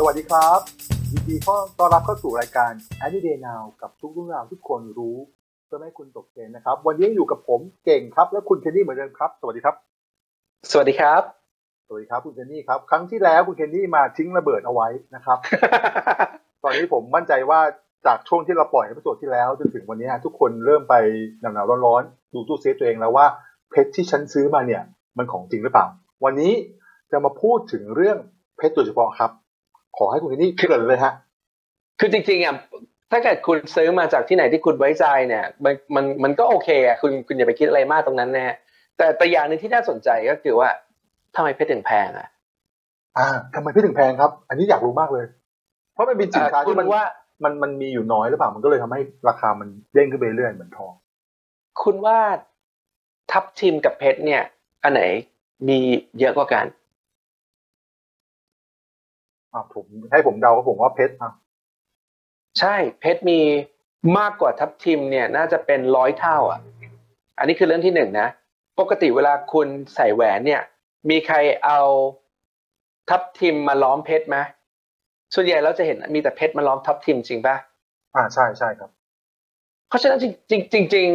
วัสดีครับยินดีต้อนรับเข้าสู่รายการ Everyday Now กับทุกเรื่องราวที่คนรู้เพื่อไม่ให้คุณตกเทรนด์นะครับวันนี้อยู่กับผมเก่งครับและคุณเคนนี่เหมือนเดิมครับสวัสดีครับสวัสดีครับสวัสดีครับคุณเคนนี่ครับครั้งที่แล้วคุณเคนนี่มาทิ้งระเบิดเอาไว้นะครับ ตอนนี้ผมมั่นใจว่าจากช่วงที่เราปล่อยเอพิโซดที่แล้วจนถึงวันนี้ทุกคนเริ่มไปหนาวๆร้อนๆดูตู้เซฟตัวเองแล้วว่าเพชรที่ฉันซื้อมาเนี่ยมันของจริงหรือเปล่าวันนี้จะมาพูดถึงเรื่องเพชรโดยเฉพาะครับขอให้คุณเคนนี่เกริ่นเลยฮะคือจริงๆอ่ะถ้าเกิดคุณซื้อมาจากที่ไหนที่คุณไว้ใจเนี่ยมันก็โอเคอ่ะคุณอย่าไปคิดอะไรมากตรงนั้นนะแต่อย่างหนึ่งที่น่าสนใจก็คือว่าทำไมเพชรถึงแพงอ่ะทำไมพี่ถึงแพงครับอันนี้อยากรู้มากเลยเพราะมันเป็นสินค้าที่มันคุณว่ามันมีอยู่น้อยหรือเปล่ามันก็เลยทำให้ราคามันเด้งขึ้นไปเรื่อยเหมือนทองคุณว่าทับทิมกับเพชรเนี่ยอันไหนมีเยอะกว่ากันผมให้ผมเดาก็ผมว่าเพชรใช่เพชรมีมากกว่าทับทิมเนี่ยน่าจะเป็น100 เท่าอ่ะอันนี้คือเรื่องที่หนึ่งนะปกติเวลาคุณใส่แหวนเนี่ยมีใครเอาทับทิมมาล้อมเพชรไหมส่วนใหญ่เราจะเห็นมีแต่เพชรมาล้อมทับทิมจริงป่ะใช่ใช่ครับเพราะฉะนั้นจริง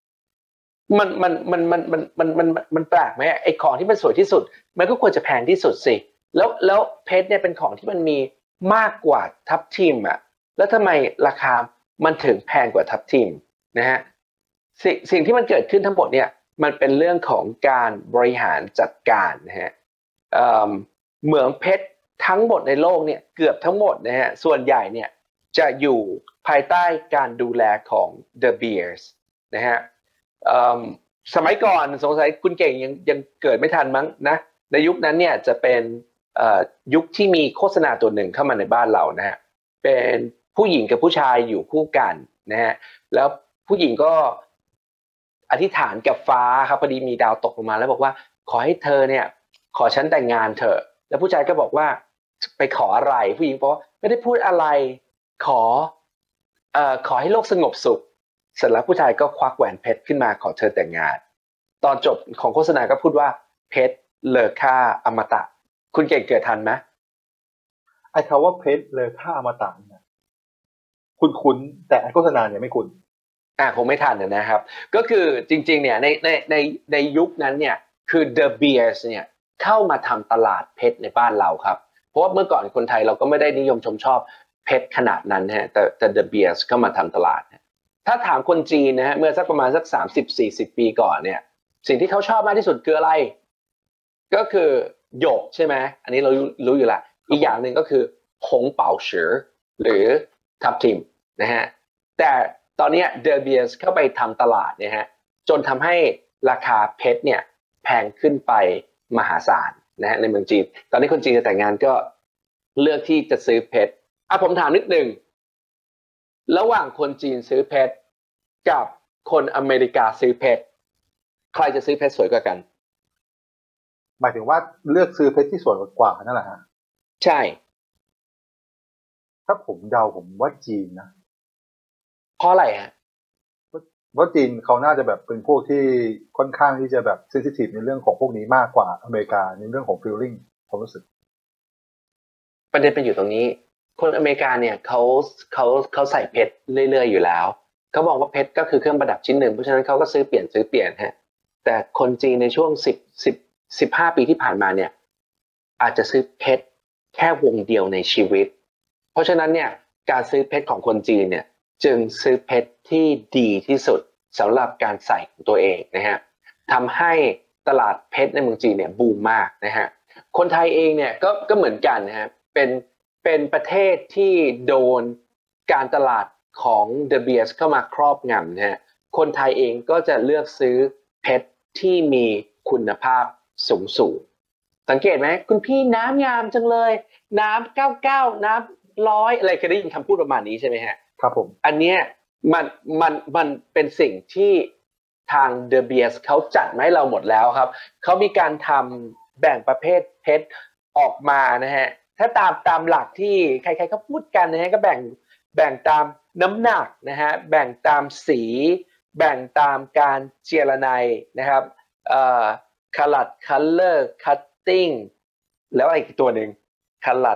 มันแปลกไหมไอ้ของที่มันสวยที่สุดมันก็ควรจะแพงที่สุดสิแล้วเพชรเนี่ยเป็นของที่มันมีมากกว่าทับทิมอ่ะแล้วทำไมราคามันถึงแพงกว่าทับทิมนะฮะสิ่งที่มันเกิดขึ้นทั้งหมดเนี่ยมันเป็นเรื่องของการบริหารจัดการนะฮะเอ่อเหมืองเพชรทั้งหมดในโลกเนี่ยเกือบทั้งหมดนะฮะส่วนใหญ่เนี่ยจะอยู่ภายใต้การดูแลของ De Beers นะฮะสมัยก่อนสงสัยคุณเก่งยังเกิดไม่ทันมั้งนะในยุคนั้นเนี่ยจะเป็นยุคที่มีโฆษณาตัวหนึ่งเข้ามาในบ้านเรานะฮะเป็นผู้หญิงกับผู้ชายอยู่คู่กันนะฮะแล้วผู้หญิงก็อธิษฐานกับฟ้าครับพอดีมีดาวตกลงมาแล้วบอกว่าขอให้เธอเนี่ยขอฉันแต่งงานเถอะแล้วผู้ชายก็บอกว่าไปขออะไรผู้หญิงบอกว่าไม่ได้พูดอะไรขอขอให้โลกสงบสุขเสร็จแล้วผู้ชายก็ควักแหวนเพชรขึ้นมาขอเธอแต่งงานตอนจบของโฆษณาก็พูดว่าเพชรเลอค่าอมตะคุณเก่งเกิดทันไหมไอ้คำว่าเพชรเลยค่าอมตะเนี่ยคุ้นแต่ไอ้โฆษณาเนี่ยไม่คุ้นคงไม่ทันนะครับก็คือจริงๆเนี่ยในยุคนั้นเนี่ยคือ The Beers เนี่ยเข้ามาทำตลาดเพชรในบ้านเราครับเพราะว่าเมื่อก่อนคนไทยเราก็ไม่ได้นิยมชมชอบเพชรขนาดนั้นฮะแต่ The Beers เข้ามาทำตลาดถ้าถามคนจีนนะฮะเมื่อสักประมาณสัก30-40 ปีก่อนเนี่ยสิ่งที่เขาชอบมากที่สุดคืออะไรก็คือหยกใช่ไหมอันนี้เรารู้อยู่ละอีกอย่างหนึ่งก็คือหงเป่าเฉอหรือทับทิมนะฮะแต่ตอนนี้เดอเบียสเข้าไปทำตลาดเนี่ยฮะจนทำให้ราคาเพชรเนี่ยแพงขึ้นไปมหาศาลนะฮะในเมืองจีนตอนนี้คนจีนจะแต่งงานก็เลือกที่จะซื้อเพชรผมถามนิดหนึ่งระหว่างคนจีนซื้อเพชรกับคนอเมริกาซื้อเพชรใครจะซื้อเพชรสวยกว่ากันหมายถึงว่าเลือกซื้อเพชรที่สวยกว่านั่นแหละฮะใช่ถ้าผมเดาผมว่าจีนนะเพราะอะไรฮะว่าจีนเขาน่าจะแบบเป็นพวกที่ค่อนข้างที่จะแบบเซนซิทีฟในเรื่องของพวกนี้มากกว่าอเมริกาในเรื่องของฟีลลิ่งความรู้สึกประเด็นเป็นอยู่ตรงนี้คนอเมริกาเนี่ยเขาใส่เพชรเรื่อยๆอยู่แล้วเขาบอกว่าเพชรก็คือเครื่องประดับชิ้นหนึ่งเพราะฉะนั้นเขาก็ซื้อเปลี่ยนฮะแต่คนจีนในช่วง15 ปีที่ผ่านมาเนี่ยอาจจะซื้อเพชรแค่วงเดียวในชีวิตเพราะฉะนั้นเนี่ยการซื้อเพชรของคนจีนเนี่ยจึงซื้อเพชรที่ดีที่สุดสำหรับการใส่ของตัวเองนะฮะทำให้ตลาดเพชรในเมืองจีนเนี่ยบูมมากนะฮะคนไทยเองเนี่ยก็เหมือนกันนะฮะเป็นประเทศที่โดนการตลาดของ The Beers เข้ามาครอบงำนะฮะคนไทยเองก็จะเลือกซื้อเพชรที่มีคุณภาพสูงสังเกตไหมคุณพี่น้ำงามจังเลยน้ำ99น้ำ100อะไรเคยได้ยินคำพูดประมาณนี้ใช่ไหมฮะครับผมอันเนี้ยมันเป็นสิ่งที่ทาง The Beers เขาจัดมาให้เราหมดแล้วครับเขามีการทำแบ่งประเภทเพชรออกมานะฮะถ้าตามหลักที่ใครๆเขาพูดกันนะฮะก็แบ่งตามน้ำหนักนะฮะแบ่งตามสีแบ่งตามการเจรไนนะครับคัลเลอร์คัตติ้งแล้วอะไรอีกตัวหนึ่งคัล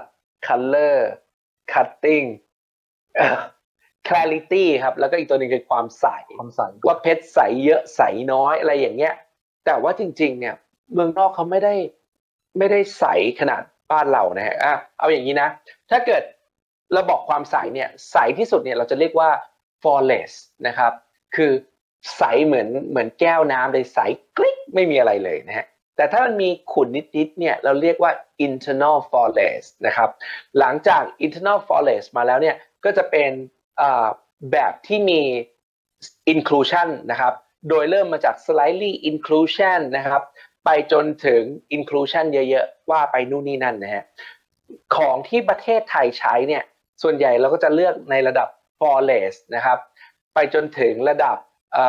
color cutting เอ่อ clarity ครับแล้วก็อีกตัวหนึ่งคือความใสความใสว่าเพชรใสเยอะใสน้อยอะไรอย่างเงี้ยแต่ว่าจริงๆเนี่ยเมืองนอกเขาไม่ได้ใสขนาดบ้านเรานะฮะเอาอย่างนี้นะถ้าเกิดเราบอกความใสเนี่ยใสที่สุดเนี่ยเราจะเรียกว่า flawless นะครับคือใสเหมือนแก้วน้ำเลยใสกริ๊กไม่มีอะไรเลยนะฮะแต่ถ้ามันมีขุ่นนิดๆเนี่ยเราเรียกว่า internal flawless นะครับหลังจาก internal flawless มาแล้วเนี่ยก็จะเป็นแบบที่มี inclusion นะครับโดยเริ่มมาจาก slightly inclusion นะครับไปจนถึง inclusion เยอะๆว่าไปนู่นนี่นั่นนะฮะของที่ประเทศไทยใช้เนี่ยส่วนใหญ่เราก็จะเลือกในระดับ flawless นะครับไปจนถึงระดับ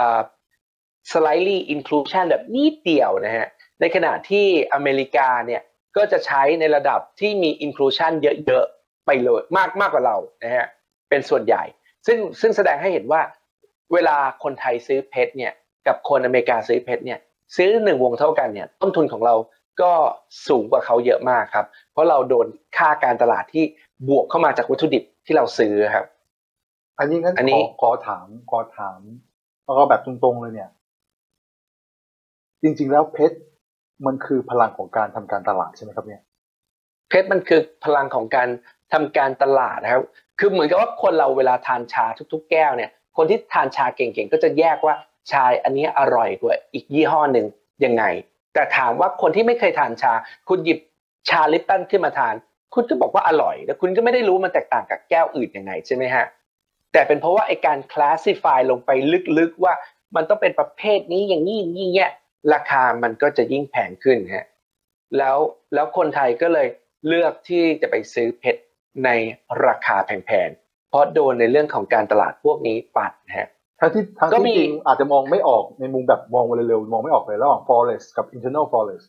slightly inclusion แบบนิดเดียวนะฮะในขณะที่อเมริกาเนี่ยก็จะใช้ในระดับที่มี inclusion เยอะๆไปเลยมากกว่าเรานะฮะเป็นส่วนใหญ่ซึ่งแสดงให้เห็นว่าเวลาคนไทยซื้อเพชรเนี่ยกับคนอเมริกาซื้อเพชรเนี่ยซื้อ1วงเท่ากันเนี่ยต้นทุนของเราก็สูงกว่าเขาเยอะมากครับเพราะเราโดนค่าการตลาดที่บวกเข้ามาจากวัตถุดิบที่เราซื้อครับอันนี้ขอถามแล้วก็แบบตรงๆเลยเนี่ยจริงๆแล้วเพชรมันคือพลังของการทำการตลาดใช่ไหมครับเนี่ยเพชรมันคือพลังของการทำการตลาดนะครับคือเหมือนกับว่าคนเราเวลาทานชาทุกๆแก้วเนี่ยคนที่ทานชาเก่งๆก็จะแยกว่าชาอันนี้อร่อยกว่าอีกยี่ห้อหนึ่งยังไงแต่ถามว่าคนที่ไม่เคยทานชาคุณหยิบชาลิปตันขึ้นมาทานคุณก็บอกว่าอร่อยแล้วคุณก็ไม่ได้รู้มันแตกต่างกับแก้วอื่นยังไงใช่ไหมฮะแต่เป็นเพราะว่าไอการคลาสสิฟายลงไปลึกๆว่ามันต้องเป็นประเภทนี้อย่างนี้อย่างนี้เนี่ยราคามันก็จะยิ่งแพงขึ้นฮะแล้วคนไทยก็เลยเลือกที่จะไปซื้อเพชรในราคาแพงๆเพราะโดนในเรื่องของการตลาดพวกนี้ปัดฮะทั้งที่จริงอาจจะมองไม่ออกในมุมแบบมองเร็วๆมองไม่ออกเลยระหว่าง flawless กับ internal flawless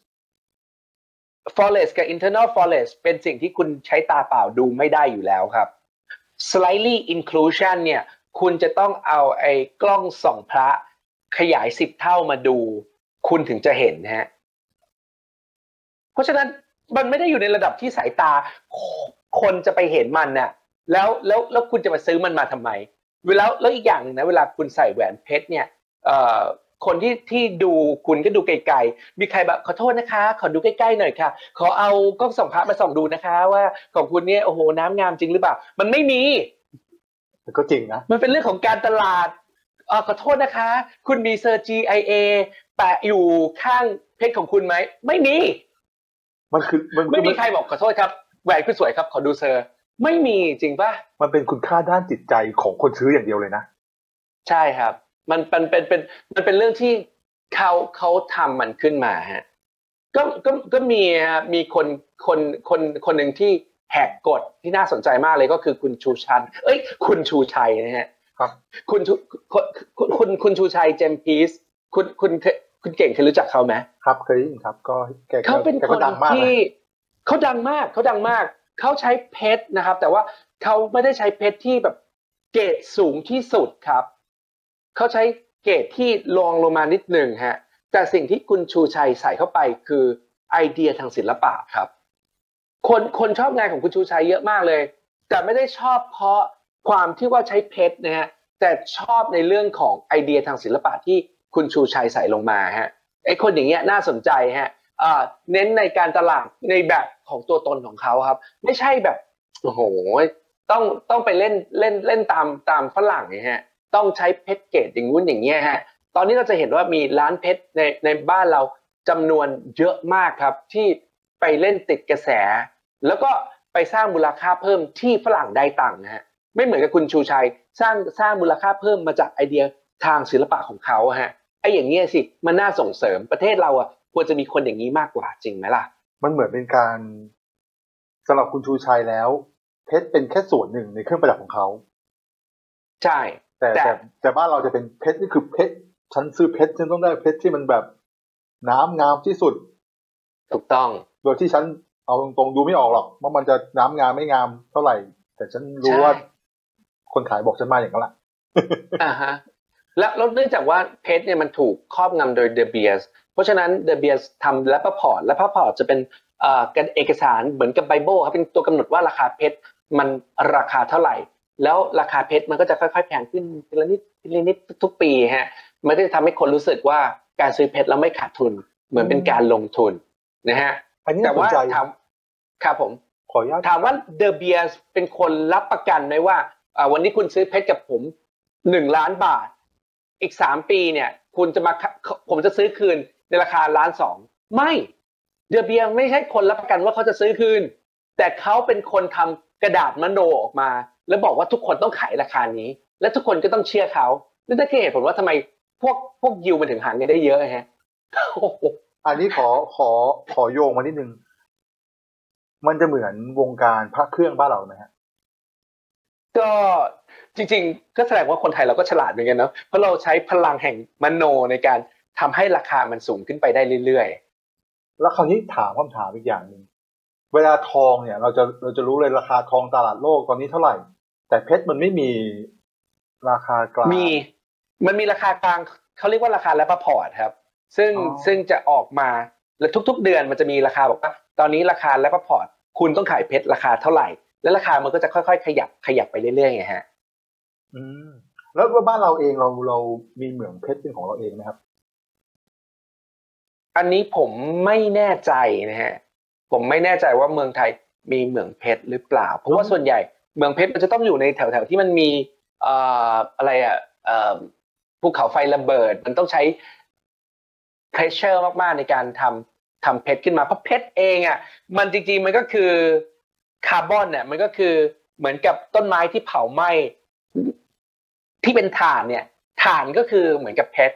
flawless กับ internal flawless เป็นสิ่งที่คุณใช้ตาเปล่าดูไม่ได้อยู่แล้วครับ slightly inclusion เนี่ยคุณจะต้องเอาไอ้กล้องส่องพระขยาย10 เท่ามาดูคุณถึงจะเห็นฮะเพราะฉะนั้นมันไม่ได้อยู่ในระดับที่สายตาคนจะไปเห็นมันน่ะแล้วคุณจะมาซื้อมันมาทำไมแล้วอีกอย่างนึงนะเวลาคุณใส่แหวนเพชรเนี่ยคนที่ดูคุณก็ดูไกลๆมีใครแบบขอโทษนะคะขอดูใกล้ๆหน่อยค่ะขอเอากล้องส่องพระมาส่องดูนะคะว่าของคุณเนี่ยโอ้โหน้ำงามจริงหรือเปล่ามันไม่มีก็จริงนะมันเป็นเรื่องของการตลาดขอโทษนะคะคุณมีเซอร์ GIA แปะอยู่ข้างเพชรของคุณไหมไม่มีไม่มีใครบอกขอโทษครับแหวนคุณสวยครับขอดูเซอร์ไม่มีจริงป่ะมันเป็นคุณค่าด้านจิตใจของคนซื้ออย่างเดียวเลยนะใช่ครับมันเป็นเรื่องที่เขาทำมันขึ้นมาฮะก็มีคนหนึ่งที่แหกกฎที่น่าสนใจมากเลยก็คือคุณชูชัยนะฮะครับคุณชูชัยเจมส์พีซคุณเก่งเคยรู้จักเขาไหมครับเคยได้ยินครับก็เขาเป็นคนที่เขาดังมากเขาใช้เพชรนะครับแต่ว่าเขาไม่ได้ใช้เพชรที่แบบเกรดสูงที่สุดครับเขาใช้เกรดที่รองลงมานิดหนึ่งฮะแต่สิ่งที่คุณชูชัยใส่เข้าไปคือไอเดียทางศิลปะครับคนชอบงานของคุณชูชัยเยอะมากเลยแต่ไม่ได้ชอบเพราะความที่ว่าใช้เพชรนะฮะแต่ชอบในเรื่องของไอเดียทางศิลปะที่คุณชูชัยใส่ลงมาฮะไอ้คนอย่างเงี้ยน่าสนใจฮะเน้นในการตลาดในแบบของตัวตนของเขาครับไม่ใช่แบบโอ้โหต้องไปเล่นตามฝรั่งเนี่ยฮะต้องใช้เพชรเกรดอย่างงู้นอย่างเงี้ยฮะตอนนี้เราจะเห็นว่ามีร้านเพชรในบ้านเราจำนวนเยอะมากครับที่ไปเล่นติดกระแสแล้วก็ไปสร้างมูลค่าเพิ่มที่ฝรั่งได้ตังค์นะฮะไม่เหมือนกับคุณชูชัยสร้างมูลค่าเพิ่มมาจากไอเดียทางศิลปะของเขาฮะไอ้อย่างเงี้ยสิมันน่าส่งเสริมประเทศเราอ่ะควรจะมีคนอย่างนี้มากกว่าจริงไหมล่ะมันเหมือนเป็นการสำหรับคุณชูชัยแล้วเพชรเป็นแค่ส่วนหนึ่งในเครื่องประดับของเขาใช่แต่บ้านเราจะเป็นเพชรนี่คือเพชรฉันซื้อเพชรฉันต้องได้เพชรที่มันแบบน้ำงามที่สุดถูกต้องโดยที่ฉันเอาตรงๆดูไม่ออกหรอกว่ามันจะน้ำงามไม่งามเท่าไหร่แต่ฉันรู้ว่าคนขายบอกฉันมาอย่างนั้นแหละฮะแล้วเนื่องจากว่าเพชรเนี่ยมันถูกครอบงำโดยเดอะเบียร์เพราะฉะนั้นเดอะเบียร์ทำและพอร์ตจะเป็นกันเอกสารเหมือนกับไบเบิลครับเป็นตัวกำหนดว่าราคาเพชรมันราคาเท่าไหร่แล้วราคาเพชรมันก็จะค่อยๆแพงขึ้นทีละนิดทีละนิดทุกๆปีฮะมันก็จะทำให้คนรู้สึกว่าการซื้อเพชรแล้วไม่ขาดทุนเหมือนเป็นการลงทุนนะฮะอันนี้แต่ว่าน่าสนใจถามครับผมขออนุญาตถามว่าเดอเบียร์เป็นคนรับประกันไหมว่าวันนี้คุณซื้อเพชรกับผม1 ล้านบาทอีก3 ปีเนี่ยคุณจะมาผมจะซื้อคืนในราคา1.2 ล้านไม่เดอเบียร์ไม่ใช่คนรับประกันว่าเขาจะซื้อคืนแต่เขาเป็นคนทำกระดาษมโนออกมาแล้วบอกว่าทุกคนต้องขายราคานี้และทุกคนก็ต้องเชื่อเขานั่นคือเหตุผลว่าทำไมพวกยิวมันถึงหาเงินได้เยอะฮะอันนี้ขอโยงมานิดนึงมันจะเหมือนวงการพระเครื่องบ้านเราไหมฮะก็จริงๆก็แสดงว่าคนไทยเราก็ฉลาดเหมือนกันเนาะเพราะเราใช้พลังแห่งมโนในการทำให้ราคามันสูงขึ้นไปได้เรื่อยแล้วคราวนี้ถามคำถามอีกอย่างหนึ่งเวลาทองเนี่ยเราจะรู้เลยราคาทองตลาดโลกตอนนี้เท่าไหร่แต่เพชรมันไม่มีราคากลางมันมีราคากลางเขาเรียกว่าราคาแลปพอร์ตครับซึ่งจะออกมาและทุกๆเดือนมันจะมีราคาบอกว่าตอนนี้ราคาแลปพอร์ตคุณต้องขายเพชรราคาเท่าไหร่แล้วราคามันก็จะค่อยๆขยับไปเรื่อยๆไงฮะอืมแล้วบ้านเราเองเรามีเหมืองเพชรเป็นของเราเองไหมครับอันนี้ผมไม่แน่ใจนะฮะผมไม่แน่ใจว่าเมืองไทยมีเหมืองเพชรหรือเปล่าเพราะว่าส่วนใหญ่เหมืองเพชรมันจะต้องอยู่ในแถวๆที่มันมีอะไรภูเขาไฟระเบิดมันต้องใช้ pressure มากๆในการทำเพชรขึ้นมาเพราะเพชรเองอ่ะมันจริงๆมันก็คือคาร์บอนเนี่ยมันก็คือเหมือนกับต้นไม้ที่เผาไหม้ที่เป็นถ่านเนี่ยถ่านก็คือเหมือนกับเพชร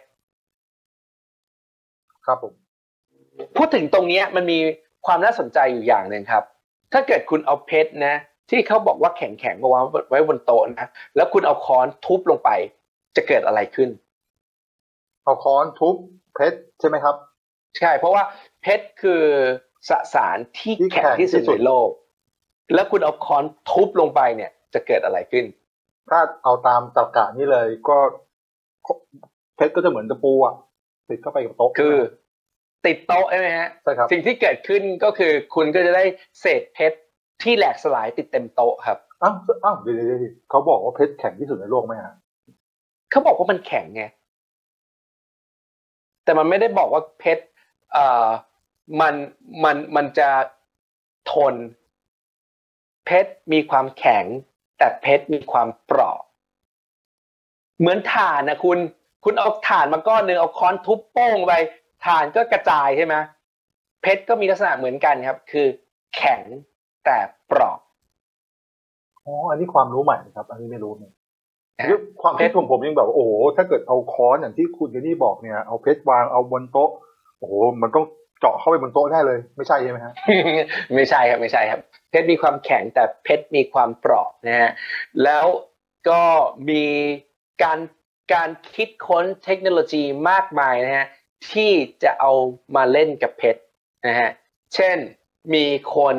ครับผมพูดถึงตรงนี้มันมีความน่าสนใจอยู่อย่างหนึ่งครับถ้าเกิดคุณเอาเพชรนะที่เขาบอกว่าแข็งๆมาวางไว้บนโต๊ะนะแล้วคุณเอาค้อนทุบลงไปจะเกิดอะไรขึ้นเอาค้อนทุบเพชรใช่ไหมครับใช่เพราะว่าเพชรคือสสารที่ที่แข็งแข็งที่สุที่สุดดในโลกแล้วคุณเอาค้อนทุบลงไปเนี่ยจะเกิดอะไรขึ้นถ้าเอาตามตรรกะนี้เลยก็เพชรก็จะเหมือนตะปูอ่ะติดเข้าไปกับโต๊ะคือติดโต๊ะใช่ไหมฮะใช่ครับสิ่งที่เกิดขึ้นก็คือคุณก็จะได้เศษเพชรที่แหลกสลายติดเต็มโต๊ะครับอ้าวเดี๋ยวเขาบอกว่าเพชรแข็งที่สุดในโลกไหมฮะเขาบอกว่ามันแข็งไง แต่มันไม่ได้บอกว่าเพชรเอ่อมันจะทนเพชรมีความแข็งแต่เพชรมีความเปราะเหมือนถ่านนะคุณเอาถ่านมาก้อนหนึ่งเอาค้อนทุบโป้งไปถ่านก็กระจายใช่ไหมเพชรก็มีลักษณะเหมือนกันครับคือแข็งแต่เปราะอ๋ออันนี้ความรู้ใหม่นะครับอันนี้ไม่รู้เนี่ยนะคือความคิดเพชรผมยังแบบโอ้โหถ้าเกิดเอาค้อนอย่างที่คุณเจนี่บอกเนี่ยเอาเพชรวางเอาบนโต๊ะโอ้โหมันต้องเจาะเข้าไปบนโต๊ะได้เลยไม่ใช่ใช่ไหมฮะไม่ใช่ครับไม่ใช่ครับเพชรมีความแข็งแต่เพชรมีความเปราะนะฮะแล้วก็มีการการคิดค้นเทคโนโลยีมากมายนะฮะที่จะเอามาเล่นกับเพชรนะฮะเช่นมีคน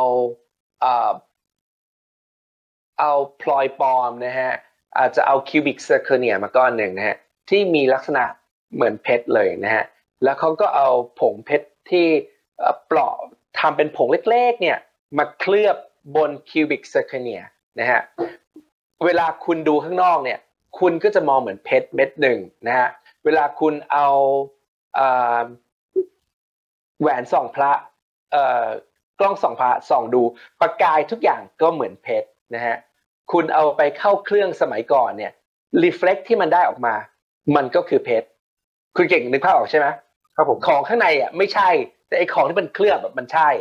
เอาพลอยปลอมนะฮะอาจจะเอาคิวบิกเซอร์เคียมาก้อนหนึ่งนะฮะที่มีลักษณะเหมือนเพชรเลยนะฮะแล้วเขาก็เอาผงเพชรที่เปราะทำเป็นผงเล็กๆเนี่ยมาเคลือบบนคิวบิกเซอร์เคียนะฮะเวลาคุณดูข้างนอกเนี่ยคุณก็จะมองเหมือนเพชรเม็ดหนึ่งนะฮะเวลาคุณเอาแหวนส่องพระกล้องส่องพระส่องดูประกายทุกอย่างก็เหมือนเพชรนะฮะคุณเอาไปเข้าเครื่องสมัยก่อนเนี่ยรีเฟล็กที่มันได้ออกมามันก็คือเพชรคุณเก่งนึกภาพออกใช่ไหมครับผมของข้างในอ่ะไม่ใช่แต่ไอของที่มันเคลือบแบบมันใช่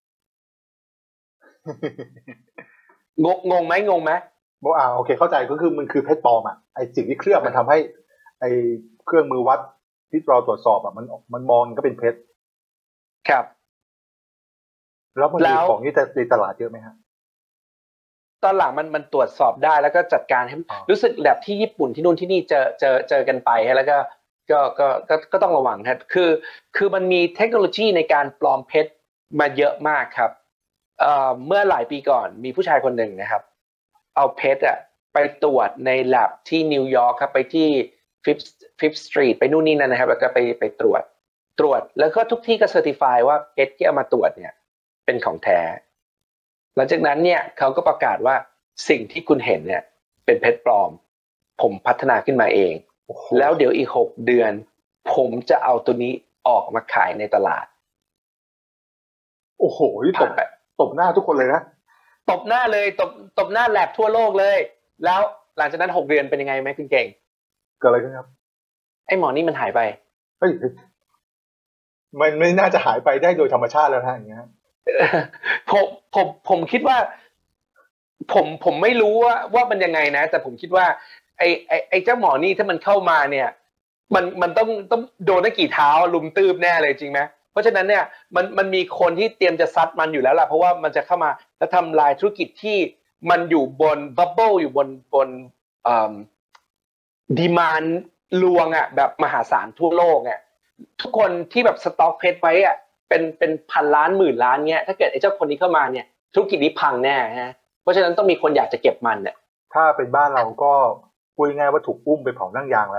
งงไหมบอกโอเคเข้าใจก็คือมันคือเพชรปลอมอ่ะไอสิ่งที่เคลือบมันทำให้ไอเครื่องมือวัดที่เราตรวจสอบอ่ะมันมองก็เป็นเพชรครับแล้วมันมีของที่ในตลาดเยอะไหมฮะตอนหลังมันตรวจสอบได้แล้วก็จัดการให้รู้สึกแบบที่ญี่ปุ่นที่นู่นที่นี่เจอกันไปแล้วก็ต้องระวังครับคือมันมีเทคโนโลยีในการปลอมเพชรมาเยอะมากครับเมื่อหลายปีก่อนมีผู้ชายคนหนึ่งนะครับเอาเพชรอะไปตรวจใน lab ที่นิวยอร์กครับไปที่ Fifth Street ไปนู่นนี่นั่นนะครับแล้วก็ไปตรวจแล้วก็ทุกที่ก็เซอร์ติฟายว่าเพชรที่เอามาตรวจเนี่ยเป็นของแท้หลังจากนั้นเนี่ยเขาก็ประกาศว่าสิ่งที่คุณเห็นเนี่ยเป็นเพชรปลอมผมพัฒนาขึ้นมาเองโอ้โหแล้วเดี๋ยวอีก6 เดือนผมจะเอาตัวนี้ออกมาขายในตลาดโอ้โหนี่ตผ่าบนไปตบหน้าทุกคนเลยนะตบหน้าเลยตบหน้าแลบทั่วโลกเลย แล้วหลังจากนั้น6 เดือนเป็นยังไงไหมคุณเก่งเกิดอะไรขึ้นครับไอ้หมอนี่มันหายไปเฮ้ยมันไม่น่าจะหายไปได้โดยธรรมชาติแล้วนะอย่างเงี้ยผมคิดว่า ผมไม่รู้ว่ามันยังไงนะ แต่ผมคิดว่า ไอ้เจ้าหมอนี่ถ้ามันเข้ามาเนี่ย มันต้องโดนได้กี่เท้าลุมตืบแน่เลยจริงไหมเพราะฉะนั้นเนี่ยมันมีคนที่เตรียมจะซัดมันอยู่แล้วล่ะเพราะว่ามันจะเข้ามาแล้วทำลายธุรกิจที่มันอยู่บนบับเบิลอยู่บนดีมานด์ลวงอ่ะแบบมหาศาลทั่วโลกอ่ะทุกคนที่แบบสต็อกเพชรไว้อ่ะเป็นพันล้านหมื่นล้านเนี้ยถ้าเกิดไอ้เจ้าคนนี้เข้ามาเนี่ยธุรกิจนี้พังแน่ฮะเพราะฉะนั้นต้องมีคนอยากจะเก็บมันเนี่ยถ้าเป็นบ้านเราก็พูดง่ายๆว่าถูกอุ้มไปเผานั่งยางแล้ว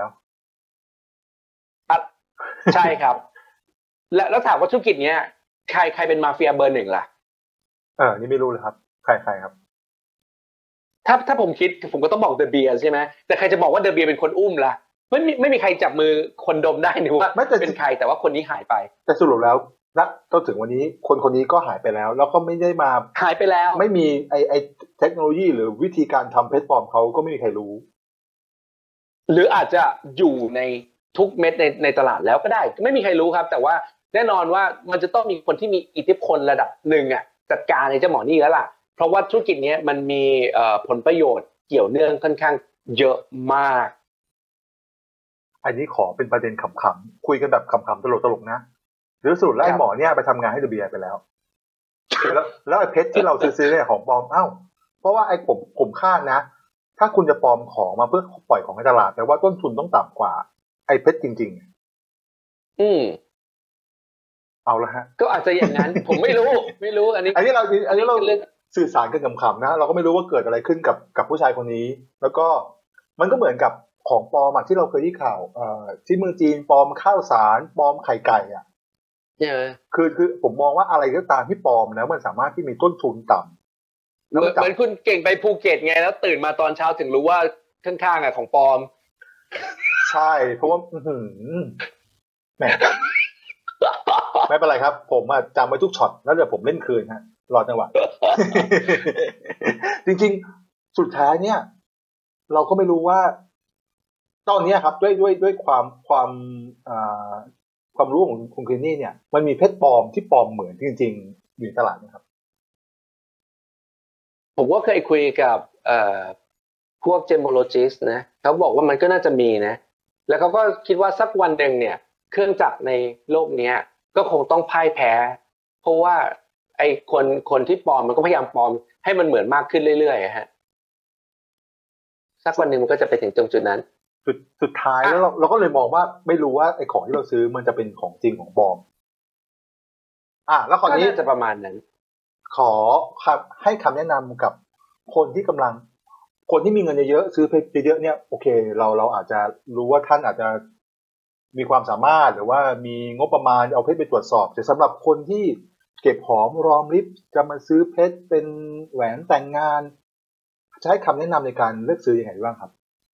ใช่ครับ แล้วถามว่าธุรกิจเนี้ยใครเป็นมาเฟียเบอร์ 1ล่ะนี่ไม่รู้เลยครับ ใครครับถ้าผมคิดผมก็ต้องบอกเดอะเบียร์ใช่ไหมแต่ใครจะบอกว่าเดอะเบียร์เป็นคนอุ้มล่ะไม่มีใครจับมือคนดมได้นี่ว่าไม่แต่เป็นใครแต่ว่าคนนี้หายไปแต่สรุปแล้วณจนถึงวันนี้คนนี้ก็หายไปแล้ว แล้วก็ไม่ได้มาหายไปแล้วไม่มีไอเทคโนโลยีหรือวิธีการทำเพชรปลอมเขาก็ไม่มีใครรู้หรืออาจจะอยู่ในทุกเม็ดในตลาดแล้วก็ได้ไม่มีใครรู้ครับ แต่ว่าแน่นอนว่ามันจะต้องมีคนที่มีอิทธิพลระดับหนึ่งอ่ะจัดการในเจ้าหมอนี่แล้วล่ะเพราะว่าธุรกิจนี้มันมีผลประโยชน์เกี่ยวเนื่องค่อนข้างเยอะมากอันนี้ขอเป็นประเด็นขำๆคุยกันแบบขำๆตลกๆนะหรือสรุปแล้วไอ้หมอเนี่ยไปทำงานให้เดอะเบียร์ไปแล้ว แล้วไอ้เพชรที่เราซื้อเนี่ยของปลอมเพราะว่าไอ้ผมคาดนะ ถ้าคุณจะปลอมของมาเพื่อปล่อยของในตลาดแปลว่าต้นทุนต้องต่ำกว่าไอ้เพชรจริงๆเอาละฮะก็อาจจะอย่างนั้น ผมไม่รู้อันนี้เราเรื่องสื่อสารกันขำๆนะเราก็ไม่รู้ว่าเกิดอะไรขึ้นกับผู้ชายคนนี้ แล้วก็มันก็เหมือนกับของปลอมที่เราเคยที่ข่าวที่เมืองจีนปลอมข้าวสารปลอมไข่ไก่คือผมมองว่าอะไรก็ตามที่ปลอมนะมันสามารถที่มีต้นทุนต่ำเหมือนคุณเก่งไปภูเก็ตไงแล้วตื่นมาตอนเช้าถึงรู้ว่าข้างๆของปลอมใช่เพราะว่าแหมไม่เป็นไรครับผมจำไว้ทุกช็อตแล้วเดี๋ยวผมเล่นคืนฮะรอจังหวะ จริงๆสุดท้ายเนี่ยเราก็ไม่รู้ว่าตอนนี้ครับด้วยความรู้ของคุณคลินี่เนี่ยมันมีเพชรปลอมที่ปลอมเหมือนจริงๆอยู่ในตลาดนะครับผมก็เคยคุยกับพวกเจมโบโลจิสต์นะเขาบอกว่ามันก็น่าจะมีนะแล้วเขาก็คิดว่าสักวันหนึ่งเนี่ยเครื่องจักรในโลกนี้ก็คงต้องพ่ายแพ้เพราะว่าไอ้คนที่ปลอมมันก็พยายามปลอมให้มันเหมือนมากขึ้นเรื่อยๆฮะสักวันหนึ่งมันก็จะไปถึงตรงจุดนั้นสุดท้ายแล้วเราก็เลยมองว่าไม่รู้ว่าไอ้ของที่เราซื้อมันจะเป็นของจริงของปลอมแล้วคนนี้จะประมาณนั้นขอให้คำแนะนำกับคนที่มีเงินเยอะๆซื้อเพชรเยอะๆเนี่ยโอเคเราอาจจะรู้ว่าท่านอาจจะมีความสามารถหรือว่ามีงบประมาณเอาเพชรไปตรวจสอบแต่สำหรับคนที่เก็บหอมรอมริบจะมาซื้อเพชรเป็นแหวนแต่งงานจะให้คำแนะนำในการเลือกซื้อยังไงบ้างครับ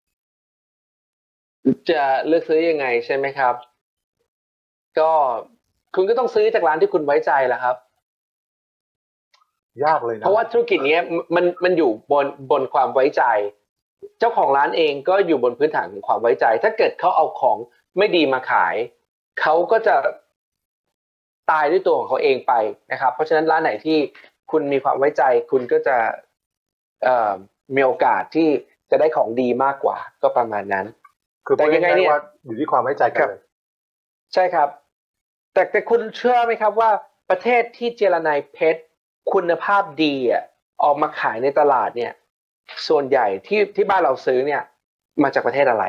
จะเลือกซื้อยังไงใช่ไหมครับก็คุณก็ต้องซื้อจากร้านที่คุณไว้ใจแหละครับยากเลยนะเพราะว่าธุรกิจนี้มันอยู่บนความไว้ใจเจ้าของร้านเองก็อยู่บนพื้นฐานของความไว้ใจถ้าเกิดเขาเอาของไม่ดีมาขายเขาก็จะตายด้วยตัวของเขาเองไปนะครับเพราะฉะนั้นร้านไหนที่คุณมีความไว้ใจคุณก็จะมีโอกาสที่จะได้ของดีมากกว่าก็ประมาณนั้นคือแต่ยังไงเนี่ยอยู่ที่ความไว้ใจกันเลยใช่ครับแต่คุณเชื่อไหมครับว่าประเทศที่เจรไนเพชรคุณภาพดีออกมาขายในตลาดเนี่ยส่วนใหญ่ที่บ้านเราซื้อเนี่ยมาจากประเทศอะไร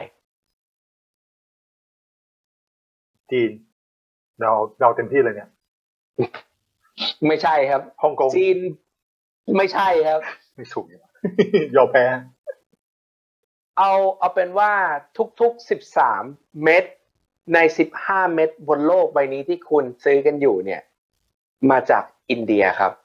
จีนเราเต็มที่เลยเนี่ยไม่ใช่ครับฮ่องกงจีนไม่ใช่ครับไม่ถูกยอมแพ้เอาเป็นว่าทุก13เม็ดใน15เม็ดบนโลกใบนี้ที่คุณซื้อกันอยู่เนี่ยมาจากอินเดียครับ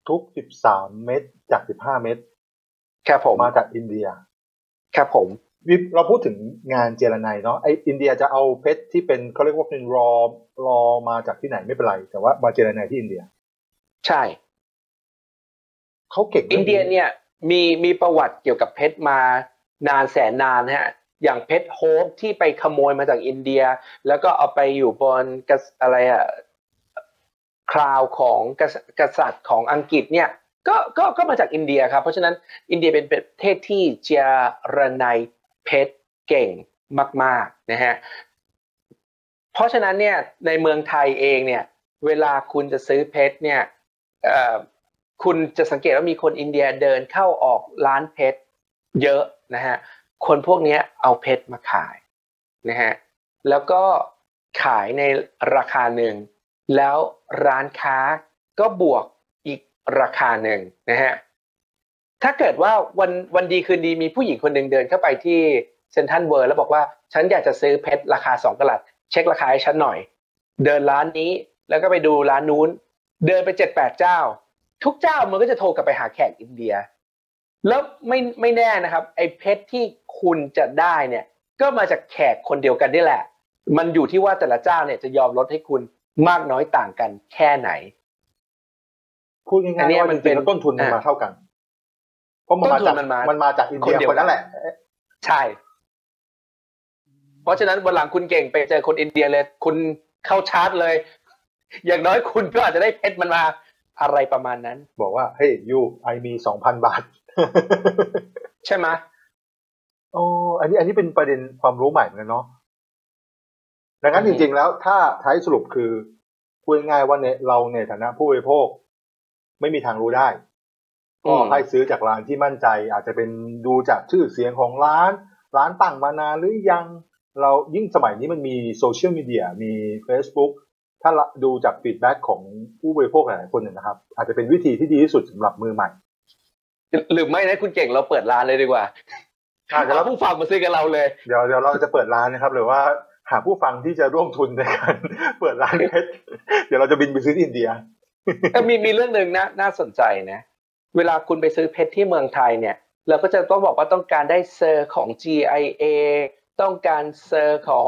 ทุก13 เม็ดจาก15 เม็ดครับผมมาจากอินเดียครับผมเราพูดถึงงานเจรไนเนาะไออินเดียจะเอาเพชรที่เป็นเขาเรียกว่าเป็นรอมาจากที่ไหนไม่เป็นไรแต่ว่ามาเจรไนที่อินเดียใช่เขาเก่งอิเรื่องนี้นเดียเนี่ยมีประวัติเกี่ยวกับเพชรมานานแสนนานฮะอย่างเพชรโฮปที่ไปขโมยมาจากอินเดียแล้วก็เอาไปอยู่บนอะไรอะคราวของกษัตริย์ของอังกฤษเนี่ยก็มาจากอินเดียครับเพราะฉะนั้นอินเดียเป็นประเทศที่เจรไนเพชรเก่งมากๆนะฮะเพราะฉะนั้นเนี่ยในเมืองไทยเองเนี่ยเวลาคุณจะซื้อเพชรเนี่ยเอ่อคุณจะสังเกตว่ามีคนอินเดียเดินเข้าออกร้านเพชรเยอะนะฮะคนพวกนี้เอาเพชรมาขายนะฮะแล้วก็ขายในราคาหนึ่งแล้วร้านค้าก็บวกอีกราคาหนึ่งนะฮะถ้าเกิดว่าวันดีคืนดีมีผู้หญิงคนหนึ่งเดินเข้าไปที่เซ็นทรัลเวิลด์แล้วบอกว่าฉันอยากจะซื้อเพชรราคา2 กะรัตเช็คราคาให้ฉันหน่อยเดินร้านนี้แล้วก็ไปดูร้านนู้นเดินไป7-8เจ้าทุกเจ้ามันก็จะโทรกลับไปหาแขกอินเดียแล้วไม่แน่นะครับไอ้เพชรที่คุณจะได้เนี่ยก็มาจากแขกคนเดียวกันนี่แหละมันอยู่ที่ว่าแต่ละเจ้าเนี่ยจะยอมลดให้คุณมากน้อยต่างกันแค่ไหนพูดอันง่ายๆว่าจนี้มันเป็นริงๆแล้วต้นทุนมันมาเท่ากันเพราะต้นทุนมันมาจากอินเดียคนนั้นแหละใช่ เพราะฉะนั้นวันหลังคุณเก่งไปเจอคนอินเดียเลยคุณเข้าชาร์จเลยอย่างน้อยคุณก็อาจจะได้เพชรมันมาอะไรประมาณนั้นบอกว่าเฮ้ยยูไอมี2,000 บาทใช่ไหมอ๋ออันนี้เป็นประเด็นความรู้ใหม่เหมือนกันเนาะดังนั้นจริงๆแล้วถ้าท้ายสรุปคือพูดง่ายๆว่าเนี่ยเราในฐานะผู้บริโภคไม่มีทางรู้ได้ก็ให้ซื้อจากร้านที่มั่นใจอาจจะเป็นดูจากชื่อเสียงของร้านตั้งมานานหรือยังเรายิ่งสมัยนี้มันมีโซเชียลมีเดียมี Facebook ถ้าดูจากฟีดแบ็กของผู้บริโภคหลายๆคนเนี่ยนะครับอาจจะเป็นวิธีที่ดีที่สุดสำหรับมือใหม่หรือไม่นะคุณเก่งเราเปิดร้านเลยดีกว่าเอาผู้ฟังมาซื้อกับเราเลยเดี๋ยวเราจะเปิดร้านนะครับหรือว่าหาผู้ฟังที่จะร่วมทุนในการเปิดร้านเพชรเดี๋ยวเราจะบินไปซื้อที่อินเดียมีเรื่องหนึ่งนะน่าสนใจนะเวลาคุณไปซื้อเพชรที่เมืองไทยเนี่ยเราก็จะต้องบอกว่าต้องการได้เซอร์ของ GIA ต้องการเซอร์ของ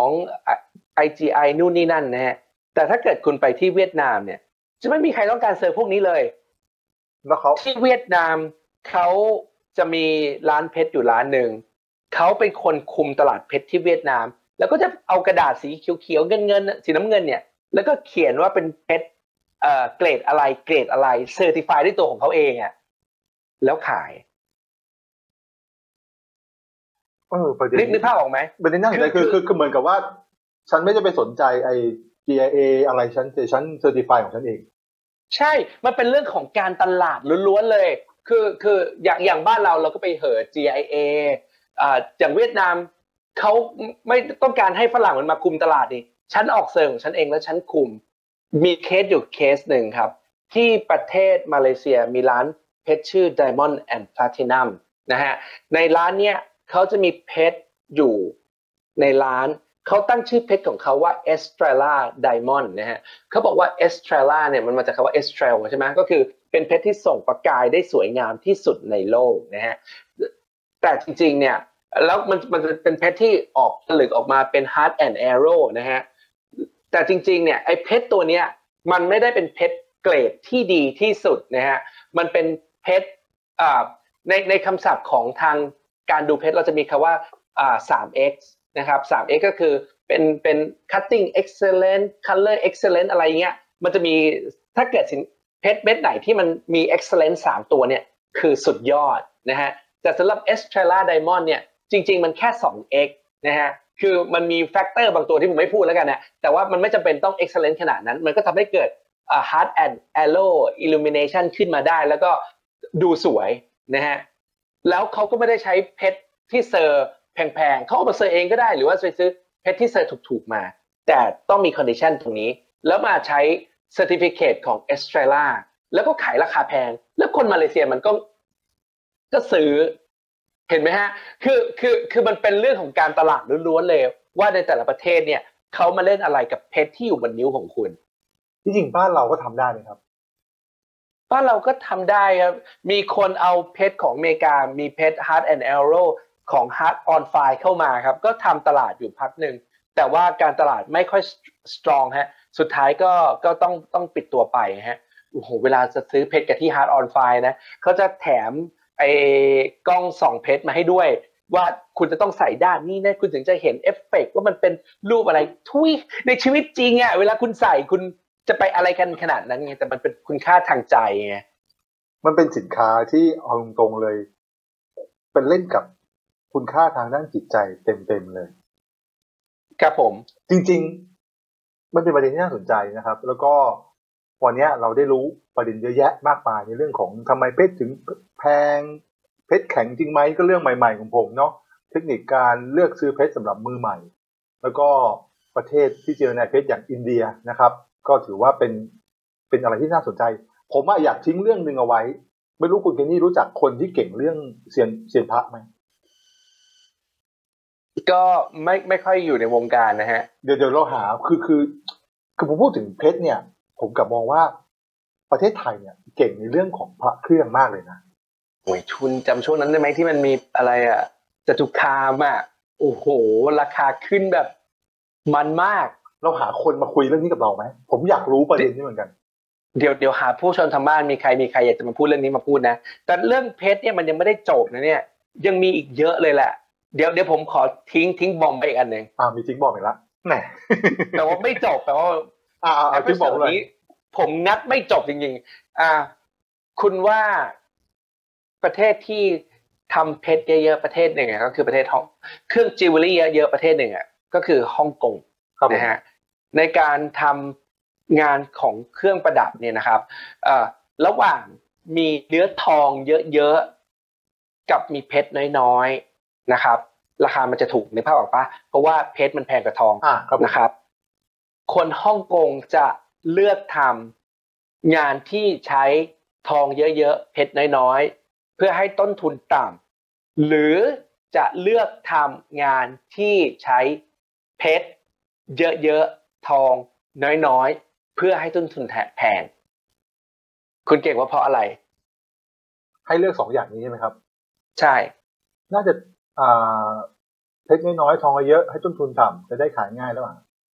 IGI นู่นนี่นั่นนะฮะแต่ถ้าเกิดคุณไปที่เวียดนามเนี่ยจะไม่มีใครต้องการเซอร์พวกนี้เลยแล้วเขาที่เวียดนามเขาจะมีร้านเพชรอยู่ร้านหนึ่งเขาเป็นคนคุมตลาดเพชรที่เวียดนามแล้วก็จะเอากระดาษสีเขียวๆเงินสีน้ำเงินเนี่ยแล้วก็เขียนว่าเป็นเพชรเกรดอะไรเซอร์ติฟายด้วยตัวของเขาเองอ่ะแล้วขายประเด็นนึกภาพออกไหมประเด็นน่าสนใจคือเหมือนกับว่าฉันไม่ได้ไปสนใจไอ้ GIA อะไรฉันเซอร์ติฟายของฉันเองใช่มันเป็นเรื่องของการตลาดล้วนๆเลยคืออย่างบ้านเราก็ไปเหอะ GIA อย่างเวียดนามเขาไม่ต้องการให้ฝรั่งมันมาคุมตลาดนี่ฉันออกเซอร์ของฉันเองแล้วฉันคุมมีเคสอยู่เคสหนึ่งครับที่ประเทศมาเลเซียมีร้านเพชรชื่อ Diamond and Platinum นะฮะในร้านเนี้ยเขาจะมีเพชรอยู่ในร้านเขาตั้งชื่อเพชรของเขาว่า Estrella Diamond นะฮะเขาบอกว่า Estrella เนี่ยมันมาจากคำว่า Estrel ใช่ไหมก็คือเป็นเพชรที่ส่งประกายได้สวยงามที่สุดในโลกนะฮะแต่จริงๆเนี่ยแล้วมันเป็นเพชรที่ออกผลึกออกมาเป็น Heart and Arrow นะฮะแต่จริงๆเนี่ยไอ้เพชรตัวเนี้ยมันไม่ได้เป็นเพชรเกรดที่ดีที่สุดนะฮะมันเป็นเพชรในคำศัพท์ของทางการดูเพชรเราจะมีคำว่า3x นะครับ 3x ก็คือเป็น cutting excellent color excellent อะไรเงี้ยมันจะมีถ้าเกิดเพชรเม็ดไหนที่มันมี excellent 3ตัวเนี่ยคือสุดยอดนะฮะแต่สำหรับ Estrella Diamond เนี่ยจริงๆมันแค่ 2x นะฮะคือมันมีแฟกเตอร์บางตัวที่ผมไม่พูดแล้วกันนะแต่ว่ามันไม่จำเป็นต้อง excellent ขนาดนั้นมันก็ทำให้เกิดheart and arrow illumination ขึ้นมาได้แล้วก็ดูสวยนะฮะแล้วเขาก็ไม่ได้ใช้เพชรที่เซอร์แพงๆเขาเอามาเซอร์เองก็ได้หรือว่าไปซื้อเพชรที่เซอร์ถูกๆมาแต่ต้องมีคอนดิชันตรงนี้แล้วมาใช้เซอร์ติฟิเคตของ Estrella แล้วก็ขายราคาแพงแล้วคนมาเลเซียมันก็ซื้อเห็นไหมฮะคือมันเป็นเรื่องของการตลาดล้วนๆเลยว่าในแต่ละประเทศเนี่ยเขามาเล่นอะไรกับเพชรที่อยู่บนนิ้วของคุณที่จริงบ้านเราก็ทำได้นะครับบ้านเราก็ทำได้ครับมีคนเอาเพชรของอเมริกามีเพชร Heart and Arrow ของ Heart on Fire เข้ามาครับก็ทำตลาดอยู่พักหนึ่งแต่ว่าการตลาดไม่ค่อย strong ฮะสุดท้ายก็ต้องปิดตัวไปฮะโอ้โหเวลาจะซื้อเพชรกับที่ Heart on Fire นะเขาจะแถมไอ้กล้องส่องเพชรมาให้ด้วยว่าคุณจะต้องใส่ด้านนี้นะคุณถึงจะเห็นเอฟเฟกต์ว่ามันเป็นรูปอะไรทุยในชีวิตจริงอ่ะเวลาคุณใส่คุณจะไปอะไรกันขนาดนั้นไงแต่มันเป็นคุณค่าทางใจไงมันเป็นสินค้าที่เอาตรงๆเลย เป็นเล่นกับคุณค่าทางด้านจิตใจเต็มๆเลยครับผมจริงๆมันเป็นประเด็นที่น่าสนใจนะครับ แล้วก็วันนี้เราได้รู้ประเด็นเยอะแยะมากมายในเรื่องของทำไมเพชรถึงแพงเพชรแข็งจริงไหมก็เรื่องใหม่ๆของผมเนาะเทคนิคการเลือกซื้อเพชรสำหรับมือใหม่ แล้วก็ประเทศที่เจริญในเพชรอย่างอินเดียนะครับ ก็ถือว่าเป็นอะไรที่น่าสนใจ ผมอยากทิ้งเรื่องหนึ่งเอาไว้ ไม่รู้คุณเคนนี่รู้จักคนที่เก่งเรื่องเซียนพระไหมก็ไม่ค่อยอยู่ในวงการนะฮะเดี๋ยวเราหาคือผมพูดถึงเพชรเนี่ย ผมกลับมองว่าประเทศไทยเนี่ยเก่งในเรื่องของพระเครื่องมากเลยนะโอ้ยคุณจำช่วงนั้นได้ไหมที่มันมีอะไรอ่ะจตุคามอ่ะโอ้โหราคาขึ้นแบบมันมากเราหาคนมาคุยเรื่องนี้กับเราไหมผมอยากรู้ประเด็นนี้เหมือนกันเดี๋ยวหาผู้ชมทางบ้านมีใครอยากจะมาพูดเรื่องนี้มาพูดนะแต่เรื่องเพชรเนี่ยมันยังไม่ได้จบนะเนี่ยยังมีอีกเยอะเลยแหละเดี๋ยวผมขอทิ้งบอมไปอีกอันหนึ่งมีทิ้งบอกอีกแล้วแหมแต่ว่าไม่จบแปลว่าทิ้งบอกเลยนี้ผมงัดไม่จบจริงๆคุณว่าประเทศที่ทำเพชรเยอะๆประเทศหนึ่งก็คือประเทศฮ่องเครื่องจิวเวลรี่เยอะๆประเทศหนึ่งก็คือฮ่องกงนะฮะในการทำงานของเครื่องประดับเนี่ยนะครับระหว่างมีเนื้อทองเยอะๆกับมีเพชรน้อยๆนะครับราคามันจะถูกในภาพออกปะเพราะว่าเพชรมันแพงกว่าทองนะครับคนฮ่องกงจะเลือกทำงานที่ใช้ทองเยอะๆเพชรน้อยๆเพื่อให้ต้นทุนต่ำหรือจะเลือกทำงานที่ใช้เพชรเยอะๆทองน้อยๆเพื่อให้ต้นทุนแพงคุณเก่งว่าเพราะอะไรให้เลือก2อย่างนี้ใช่ไหมครับใช่น่าจะเพชรน้อยๆทองเยอะให้ต้นทุนต่ำจะได้ขายง่ายแล้ว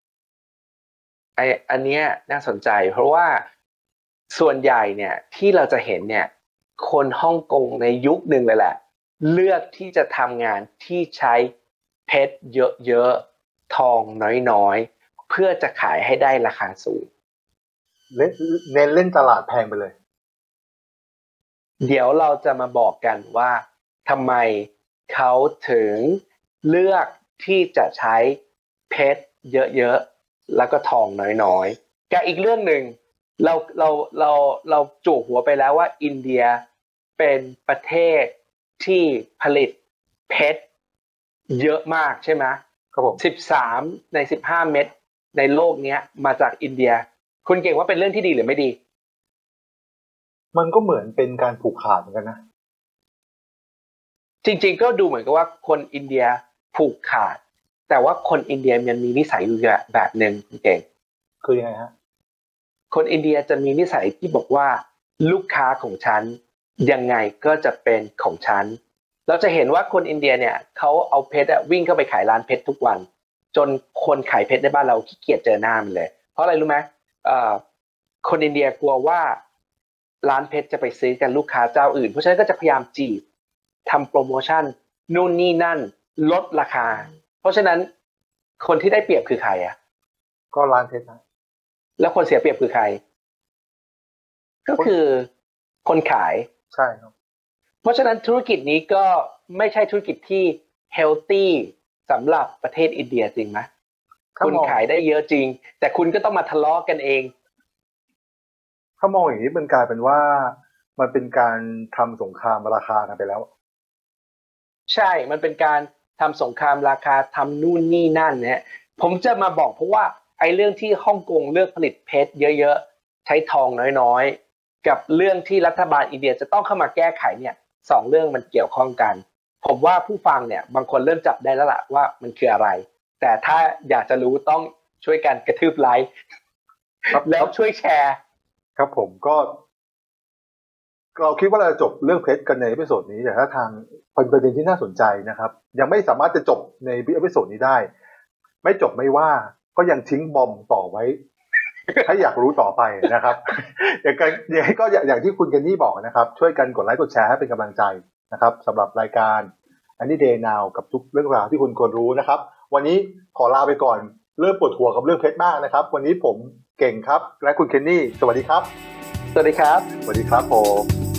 อันนี้น่าสนใจเพราะว่าส่วนใหญ่เนี่ยที่เราจะเห็นเนี่ยคนฮ่องกงในยุคหนึ่งเลยแหละเลือกที่จะทำงานที่ใช้เพชรเยอะๆทองน้อยๆเพื่อจะขายให้ได้ราคาสูงเน้นเล่นตลาดแพงไปเลยเดี๋ยวเราจะมาบอกกันว่าทำไมเขาถึงเลือกที่จะใช้เพชรเยอะๆแล้วก็ทองน้อยๆกับอีกเรื่องหนึ่งเราเราเราจู่หัวไปแล้วว่าอินเดียเป็นประเทศที่ผลิตเพชรเยอะมากใช่ไหมครับผม 13ใน15เม็ดในโลกนี้มาจากอินเดียคุณเก่งว่าเป็นเรื่องที่ดีหรือไม่ดีมันก็เหมือนเป็นการผูกขาดเหมือนกันนะจริงๆก็ดูเหมือนกับว่าคนอินเดียผูกขาดแต่ว่าคนอินเดียมันมีนิสัยอยู่แบบหนึ่งคุณเก่งคือยังไงฮะคนอินเดียจะมีนิสัยที่บอกว่าลูกค้าของฉันยังไงก็จะเป็นของฉันเราจะเห็นว่าคนอินเดียเนี่ยเขาเอาเพชรวิ่งเข้าไปขายร้านเพชรทุกวันจนคนขายเพชรในบ้านเราขี้เกียจเจอหน้ามันเลยเพราะอะไรรู้ไหมคนอินเดียกลัวว่าร้านเพชรจะไปซื้อกันลูกค้าเจ้าอื่นเพราะฉะนั้นก็จะพยายามจีบทำโปรโมชั่นนู่นนี่นั่นลดราคาเพราะฉะนั้นคนที่ได้เปรียบคือใครอ่ะก็ร้านเพชรนะแล้วคนเสียเปรียบคือใครก็คือคนขายใช่ครับเพราะฉะนั้นธุรกิจนี้ก็ไม่ใช่ธุรกิจที่เฮลตี้สำหรับประเทศอินเดียจริงไหมคุณขายได้เยอะจริงแต่คุณก็ต้องมาทะเลาะกันเองถ้ามองอย่างนี้มันกลายเป็นว่ามันเป็นการทำสงครามราคากันไปแล้วใช่มันเป็นการทำสงครามราคาทำนู่นนี่นั่นเนี่ยผมจะมาบอกเพราะว่าไอ้เรื่องที่ฮ่องกงเลือกผลิตเพชรเยอะๆใช้ทองน้อยๆกับเรื่องที่รัฐบาลอินเดียจะต้องเข้ามาแก้ไขเนี่ยสองเรื่องมันเกี่ยวข้องกันผมว่าผู้ฟังเนี่ยบางคนเริ่มจับได้แล้วล่ะว่ามันคืออะไรแต่ถ้าอยากจะรู้ต้องช่วยกันกระทืบไลค์แล้วช่วยแชร์ครับผมก็เราคิดว่าเราจะจบเรื่องเพชรกันในเอพิโซดนี้แต่ถ้าทางเป็นประเด็นที่น่าสนใจนะครับ ยังไม่สามารถจะจบในเอพิโซดนี้ได้ ไม่จบไม่ว่าก็ยังทิ้งบอมต่อไว้ ถ้าอยากรู้ต่อไปนะครับ อย่างที่คุณเคนนี่บอกนะครับ ช่วยกันกดไลค์กดแชร์ให้เป็นกำลังใจนะครับสำหรับรายการ Any Day Now กับทุกเรื่องราวที่คุณควรรู้นะครับ วันนี้ขอลาไปก่อนเริ่มปวดหัวกับเรื่องเพชรมากนะครับ วันนี้ผมเก่งครับและคุณเคนนี่สวัสดีครับสวัสดีครับสวัสดีครับผม